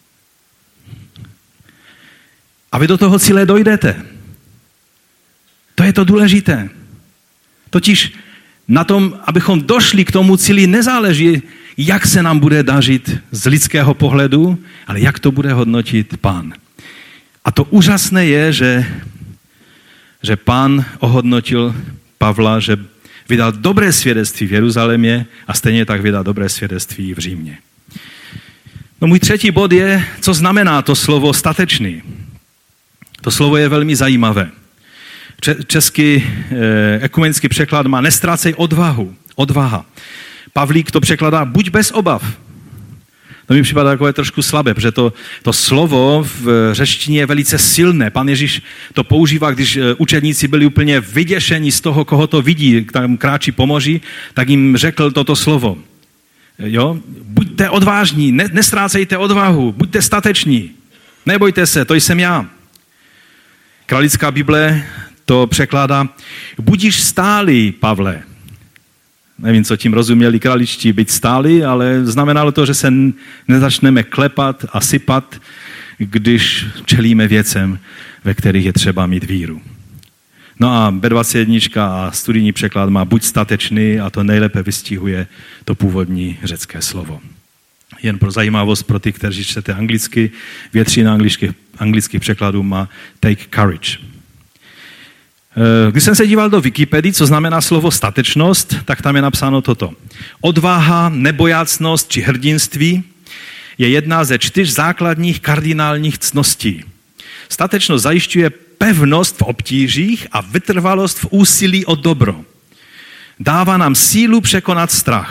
A vy do toho cíle dojdete. To je to důležité. Totiž na tom, abychom došli k tomu cíli, nezáleží, jak se nám bude dařit z lidského pohledu, ale jak to bude hodnotit Pán. A to úžasné je, že, že Pán ohodnotil Pavla, že vydal dobré svědectví v Jeruzalémě a stejně tak vydal dobré svědectví v Římě. No můj třetí bod je, co znamená to slovo statečný. To slovo je velmi zajímavé. Český eh, ekumenický překlad má nestrácej odvahu, odvaha. Pavlík to překladá buď bez obav. To mi připadá takové trošku slabé, protože to, to slovo v řečtině je velice silné. Pan Ježíš to používá, když učedníci byli úplně vyděšení z toho, koho to vidí, tam kráčí po moři, tak jim řekl toto slovo. Jo? Buďte odvážní, ne, nestrácejte odvahu, buďte stateční, nebojte se, to jsem já. Kralická Bible to překládá, budiš stálý, Pavle. Nevím, co tím rozuměli kraličtí, být stálý, ale znamenalo to, že se nezačneme klepat a sypat, když čelíme věcem, ve kterých je třeba mít víru. No a bé dvacet jedna a studijní překlad má buď statečný a to nejlépe vystihuje to původní řecké slovo. Jen pro zajímavost pro ty, kteří čtete anglicky, většina anglických, anglických překladů má take courage. Když jsem se díval do Wikipedii, co znamená slovo statečnost, tak tam je napsáno toto. Odvaha, nebojácnost či hrdinství je jedna ze čtyř základních kardinálních ctností. Statečnost zajišťuje pevnost v obtížích a vytrvalost v úsilí o dobro. Dává nám sílu překonat strach.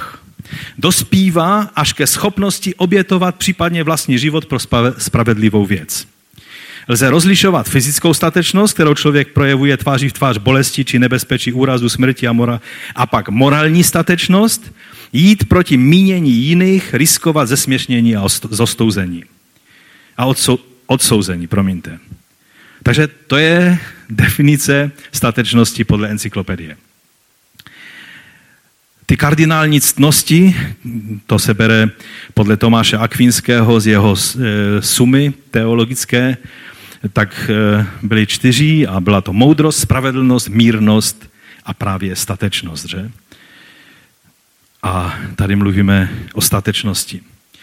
dospívá až ke schopnosti obětovat případně vlastní život pro spravedlivou věc. Lze rozlišovat fyzickou statečnost, kterou člověk projevuje tváří v tvář bolesti či nebezpečí úrazu, smrti a mora, a pak morální statečnost, jít proti mínění jiných, riskovat zesměšnění a zostouzení. A odsou, odsouzení, promiňte. Takže to je definice statečnosti podle encyklopedie. Ty kardinální ctnosti, to se bere podle Tomáše Akvinského z jeho sumy teologické, tak byly čtyři a byla to moudrost, spravedlnost, mírnost a právě statečnost. Že? A tady mluvíme o statečnosti.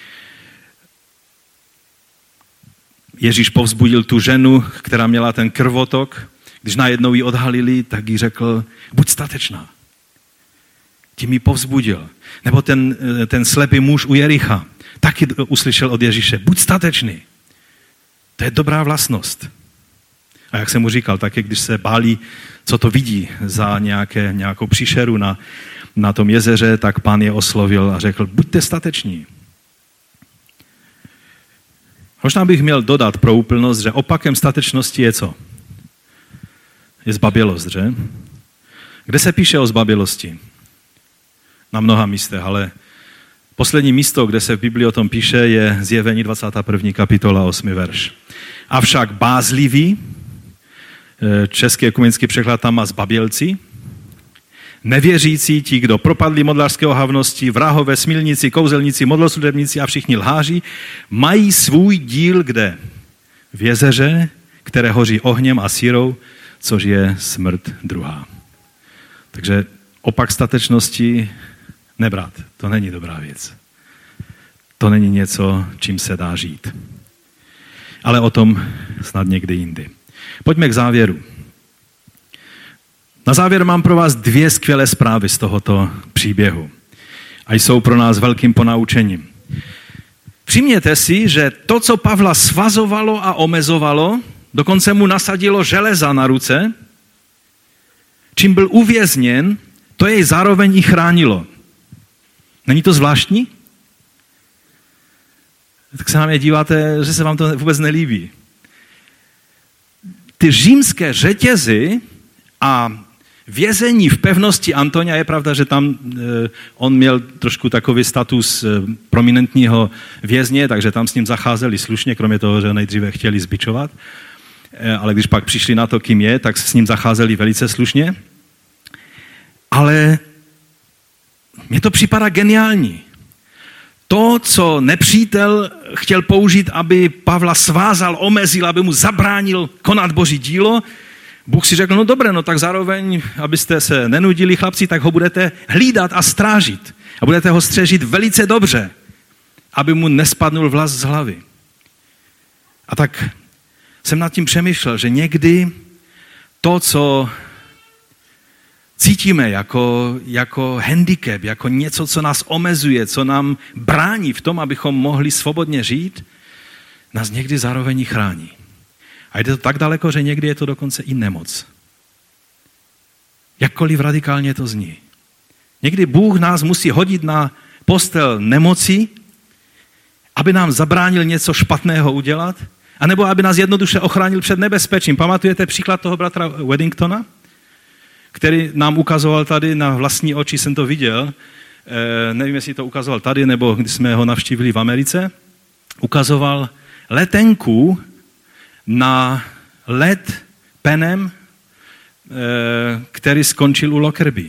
Ježíš povzbudil tu ženu, která měla ten krvotok. Když najednou ji odhalili, tak jí řekl, buď statečná. Tím ji povzbudil. Nebo ten, ten slepý muž u Jericha taky uslyšel od Ježíše, buď statečný. To je dobrá vlastnost. A jak jsem mu říkal, taky když se báli, co to vidí za nějaké, nějakou příšeru na, na tom jezeře, tak pán je oslovil a řekl, buďte stateční. Možná bych měl dodat pro úplnost, že opakem statečnosti je co? Je zbabělost, že? Kde se píše o zbabělosti? Na mnoha místech, ale poslední místo, kde se v Biblii o tom píše, je Zjevení dvacátá první kapitola, osmý verš. Avšak bázliví, český ekumenický překlad tam má zbabělci, nevěřící, ti, kdo propadli modlářského havnosti, vrahové, smilníci, kouzelníci, modloslužebníci a všichni lháři, mají svůj díl kde? V jezeře, které hoří ohněm a sírou, což je smrt druhá. Takže opak statečnosti nebrat. To není dobrá věc. To není něco, čím se dá žít. Ale o tom snad někdy jindy. Pojďme k závěru. Na závěr mám pro vás dvě skvělé zprávy z tohoto příběhu. A jsou pro nás velkým ponaučením. Všimněte si, že to, co Pavla svazovalo a omezovalo, dokonce mu nasadilo železa na ruce, čím byl uvězněn, to jej zároveň i chránilo. Není to zvláštní? Tak se na mě díváte, že se vám to vůbec nelíbí. Ty římské řetězy a vězení v pevnosti Antonia, je pravda, že tam eh, on měl trošku takový status eh, prominentního vězně, takže tam s ním zacházeli slušně, kromě toho, že nejdříve chtěli zbičovat. Eh, ale když pak přišli na to, kým je, tak s ním zacházeli velice slušně. Ale mně to připadá geniální. To, co nepřítel chtěl použít, aby Pavla svázal, omezil, aby mu zabránil konat Boží dílo, Bůh si řekl, no dobré, no tak zároveň, abyste se nenudili chlapci, tak ho budete hlídat a strážit. A budete ho střežit velice dobře, aby mu nespadnul vlas z hlavy. A tak jsem nad tím přemýšlel, že někdy to, co cítíme jako, jako handicap, jako něco, co nás omezuje, co nám brání v tom, abychom mohli svobodně žít, nás někdy zároveň chrání. A jde to tak daleko, že někdy je to dokonce i nemoc. Jakkoliv radikálně to zní. Někdy Bůh nás musí hodit na postel nemoci, aby nám zabránil něco špatného udělat, anebo aby nás jednoduše ochránil před nebezpečím. Pamatujete příklad toho bratra Weddingtona, který nám ukazoval tady, na vlastní oči jsem to viděl, e, nevím, jestli to ukazoval tady, nebo když jsme ho navštívili v Americe, ukazoval letenku na let penem, e, který skončil u Lockerbie.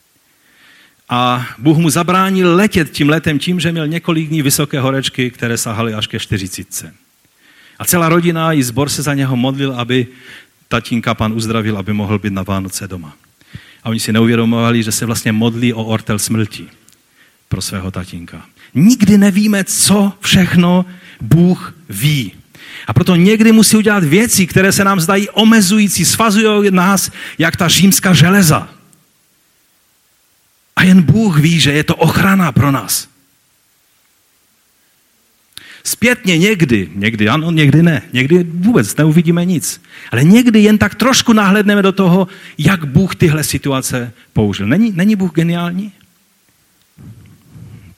A Bůh mu zabránil letět tím letem tím, že měl několik dní vysoké horečky, které sahaly až ke čtyřicítce. A celá rodina i sbor se za něho modlil, aby tatínka pan uzdravil, aby mohl být na Vánoce doma. A oni si neuvědomovali, že se vlastně modlí o ortel smrti pro svého tatínka. Nikdy nevíme, co všechno Bůh ví. A proto někdy musí udělat věci, které se nám zdají omezující, svazují nás, jak ta římská železa. A jen Bůh ví, že je to ochrana pro nás. Zpětně někdy, někdy ano, někdy ne, někdy vůbec neuvidíme nic. Ale někdy jen tak trošku nahlédneme do toho, jak Bůh tyhle situace použil. Není, není Bůh geniální?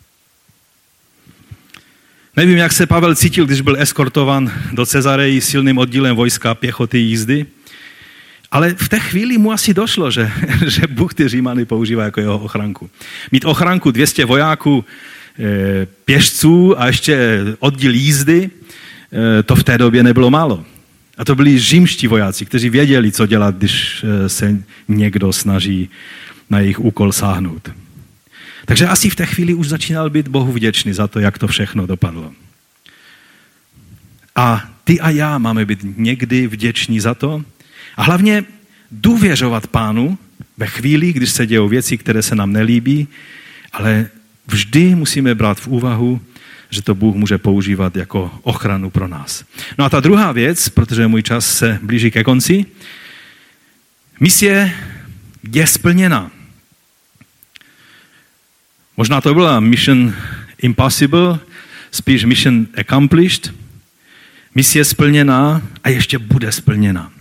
Nevím, jak se Pavel cítil, když byl eskortovan do Cezareji silným oddílem vojska pěchoty jízdy, ale v té chvíli mu asi došlo, že, že Bůh ty Římany používá jako jeho ochranku. Mít ochranku dvě stě vojáků, e, pěšců a ještě oddíl jízdy, e, to v té době nebylo málo. A to byli římští vojáci, kteří věděli, co dělat, když se někdo snaží na jejich úkol sáhnout. Takže asi v té chvíli už začínal být Bohu vděčný za to, jak to všechno dopadlo. A ty a já máme být někdy vděční za to a hlavně důvěřovat Pánu ve chvíli, když se dějou věci, které se nám nelíbí, ale vždy musíme brát v úvahu, že to Bůh může používat jako ochranu pro nás. No a ta druhá věc, protože můj čas se blíží ke konci, misie je splněna. Možná to byla mission impossible, spíš mission accomplished. Misie splněná a ještě bude splněna.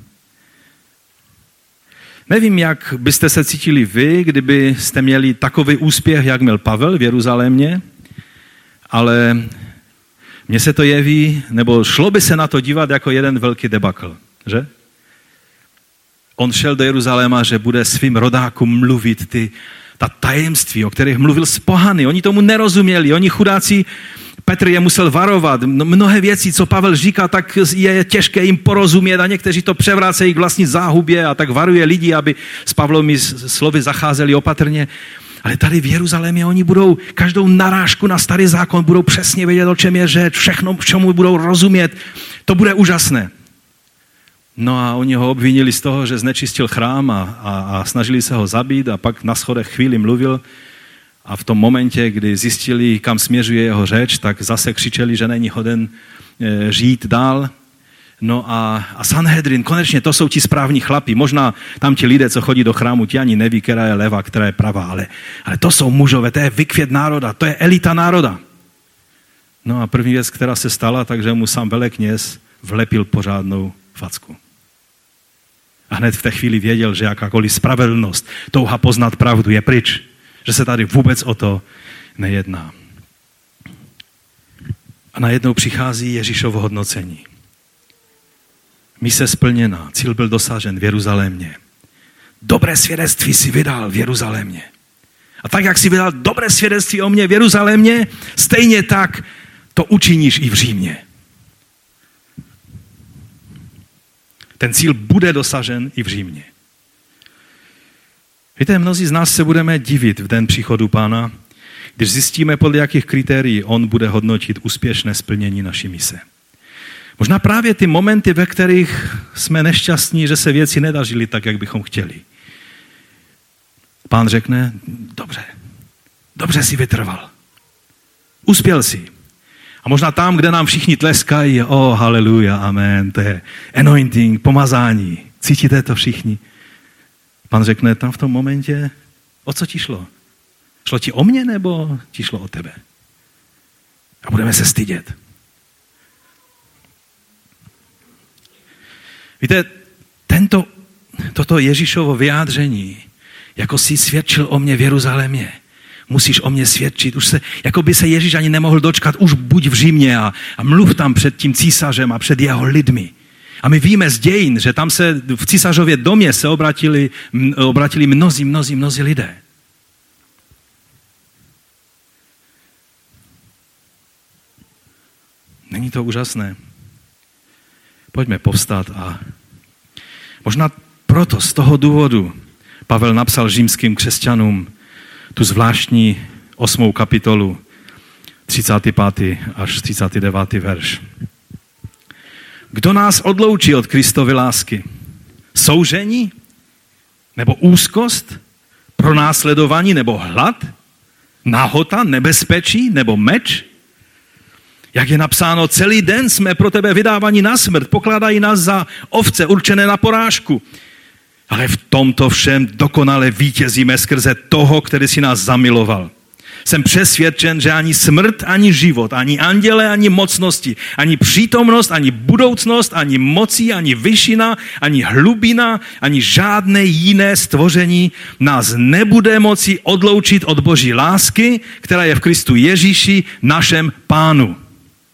Nevím, jak byste se cítili vy, kdybyste měli takový úspěch, jak měl Pavel v Jeruzalémě, ale mně se to jeví, nebo šlo by se na to dívat jako jeden velký debakl, že? On šel do Jeruzaléma, že bude svým rodákům mluvit ty, ta tajemství, o kterých mluvil s pohany. Oni tomu nerozuměli, oni chudáci, Petr je musel varovat. Mnohé věci, co Pavel říká, tak je těžké jim porozumět a někteří to převrácejí k vlastní záhubě a tak varuje lidi, aby s Pavlovými slovy zacházeli opatrně. Ale tady v Jeruzalémě oni budou každou narážku na starý zákon, budou přesně vědět, o čem je řeč, všechno, čemu budou rozumět. To bude úžasné. No a oni ho obvinili z toho, že znečistil chrám a, a, a snažili se ho zabít a pak na schodech chvíli mluvil a v tom momentě, kdy zjistili, kam směřuje jeho řeč, tak zase křičeli, že není hoden e, žít dál. No a, a Sanhedrin, konečně to jsou ti správní chlapi. Možná tam ti lidé, co chodí do chrámu, ti ani neví, která je leva, která je pravá, ale, ale to jsou mužové, to je vykvět národa, to je elita národa. No a první věc, která se stala, takže mu sám velekněz vlepil pořádnou facku. A hned v té chvíli věděl, že jakákoliv spravedlnost, touha poznat pravdu je pryč. Že se tady vůbec o to nejedná. A najednou přichází Ježíšovo hodnocení. Mise splněná, cíl byl dosažen v Jeruzalémě. Dobré svědectví si vydal v Jeruzalémě. A tak, jak si vydal dobré svědectví o mně v Jeruzalémě, stejně tak to učiníš i v Římě. Ten cíl bude dosažen i v Římě. Víte, mnozí z nás se budeme divit v den příchodu Pána, když zjistíme, podle jakých kritérií on bude hodnotit úspěšné splnění naší mise. Možná právě ty momenty, ve kterých jsme nešťastní, že se věci nedařily tak, jak bychom chtěli. Pán řekne, dobře, dobře si vytrval. Uspěl si. A možná tam, kde nám všichni tleskají, oh, haleluja, amen, to je anointing, pomazání. Cítíte to všichni? Pán řekne, tam v tom momentě, o co ti šlo? Šlo ti o mě, nebo ti šlo o tebe? A budeme se stydět. Víte, tento, toto Ježíšovo vyjádření, jako jsi svědčil o mě v Jeruzalémě, musíš o mě svědčit. Už se, jako by se Ježíš ani nemohl dočkat, už buď v Římě a, a mluv tam před tím císařem a před jeho lidmi. A my víme z dějin, že tam se v císařově domě se obratili, obratili mnozí, mnozí, mnozí lidé. Není to úžasné? Pojďme povstat a možná proto, z toho důvodu, Pavel napsal římským křesťanům tu zvláštní osmou kapitolu, třicátý pátý až třicátý devátý verš. Kdo nás odloučí od Kristovy lásky? Soužení? Nebo úzkost? Pronásledování? Nebo hlad? Nahota? Nebezpečí? Nebo meč? Jak je napsáno, celý den jsme pro tebe vydáváni na smrt, pokládají nás za ovce určené na porážku. Ale v tomto všem dokonale vítězíme skrze toho, který si nás zamiloval. Jsem přesvědčen, že ani smrt, ani život, ani anděle, ani mocnosti, ani přítomnost, ani budoucnost, ani moci, ani vyšina, ani hlubina, ani žádné jiné stvoření nás nebude moci odloučit od Boží lásky, která je v Kristu Ježíši, našem Pánu.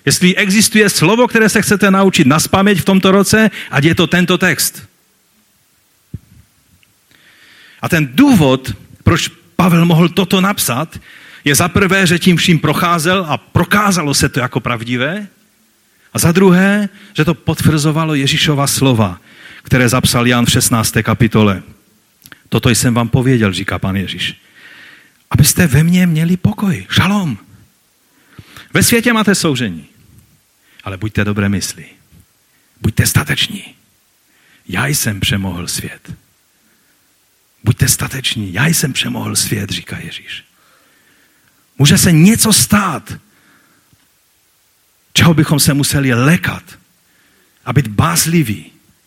Jestli existuje slovo, které se chcete naučit nazpaměť v tomto roce, ať je to tento text. A ten důvod, proč Pavel mohl toto napsat, je za prvé, že tím vším procházel a prokázalo se to jako pravdivé. A za druhé, že to potvrzovalo Ježíšova slova, které zapsal Jan v šestnácté kapitole. Toto jsem vám pověděl, říká pan Ježíš. Abyste ve mně měli pokoj, šalom. Ve světě máte soužení, ale buďte dobré mysli. Buďte stateční. Já jsem přemohl svět. Buďte stateční, já jsem přemohl svět, říká Ježíš. Může se něco stát, čeho bychom se museli lékat a být bázliví.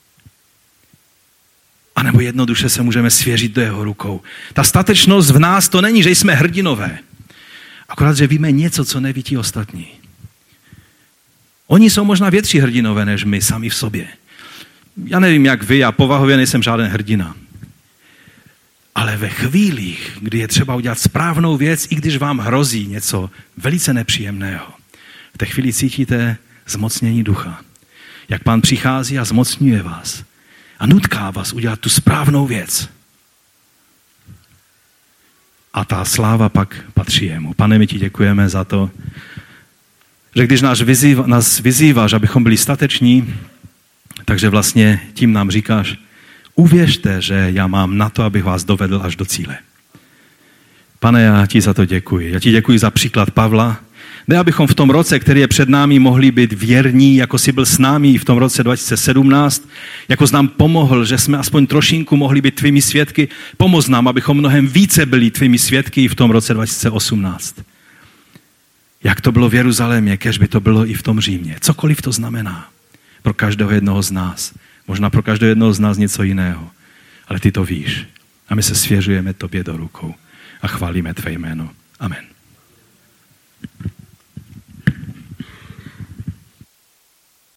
A nebo jednoduše se můžeme svěřit do jeho rukou. Ta statečnost v nás to není, že jsme hrdinové. Akorát, že víme něco, co neví ti ostatní. Oni jsou možná větší hrdinové než my sami v sobě. Já nevím, jak vy, já povahově nejsem žádný hrdina. Ale ve chvílích, kdy je třeba udělat správnou věc, i když vám hrozí něco velice nepříjemného, v té chvíli cítíte zmocnění ducha. Jak Pán přichází a zmocňuje vás a nutká vás udělat tu správnou věc. A ta sláva pak patří jemu. Pane, my ti děkujeme za to, že když nás, vyzýva, nás vyzýváš, abychom byli stateční, takže vlastně tím nám říkáš, uvěřte, že já mám na to, abych vás dovedl až do cíle. Pane, já ti za to děkuji. Já ti děkuji za příklad Pavla. Ne, abychom v tom roce, který je před námi, mohli být věrní, jako jsi byl s námi v tom roce dva tisíce sedmnáct, jako jsi nám pomohl, že jsme aspoň trošinku mohli být tvými svědky. Pomoz nám, abychom mnohem více byli tvými svědky v tom roce dva tisíce osmnáct. Jak to bylo v Jeruzalémě, kež by to bylo i v tom Římě. Cokoliv to znamená pro každého jednoho z nás. Možná pro každého jednoho z nás něco jiného. Ale ty to víš. A my se svěřujeme tobě do rukou a chválíme tvé jméno. Amen.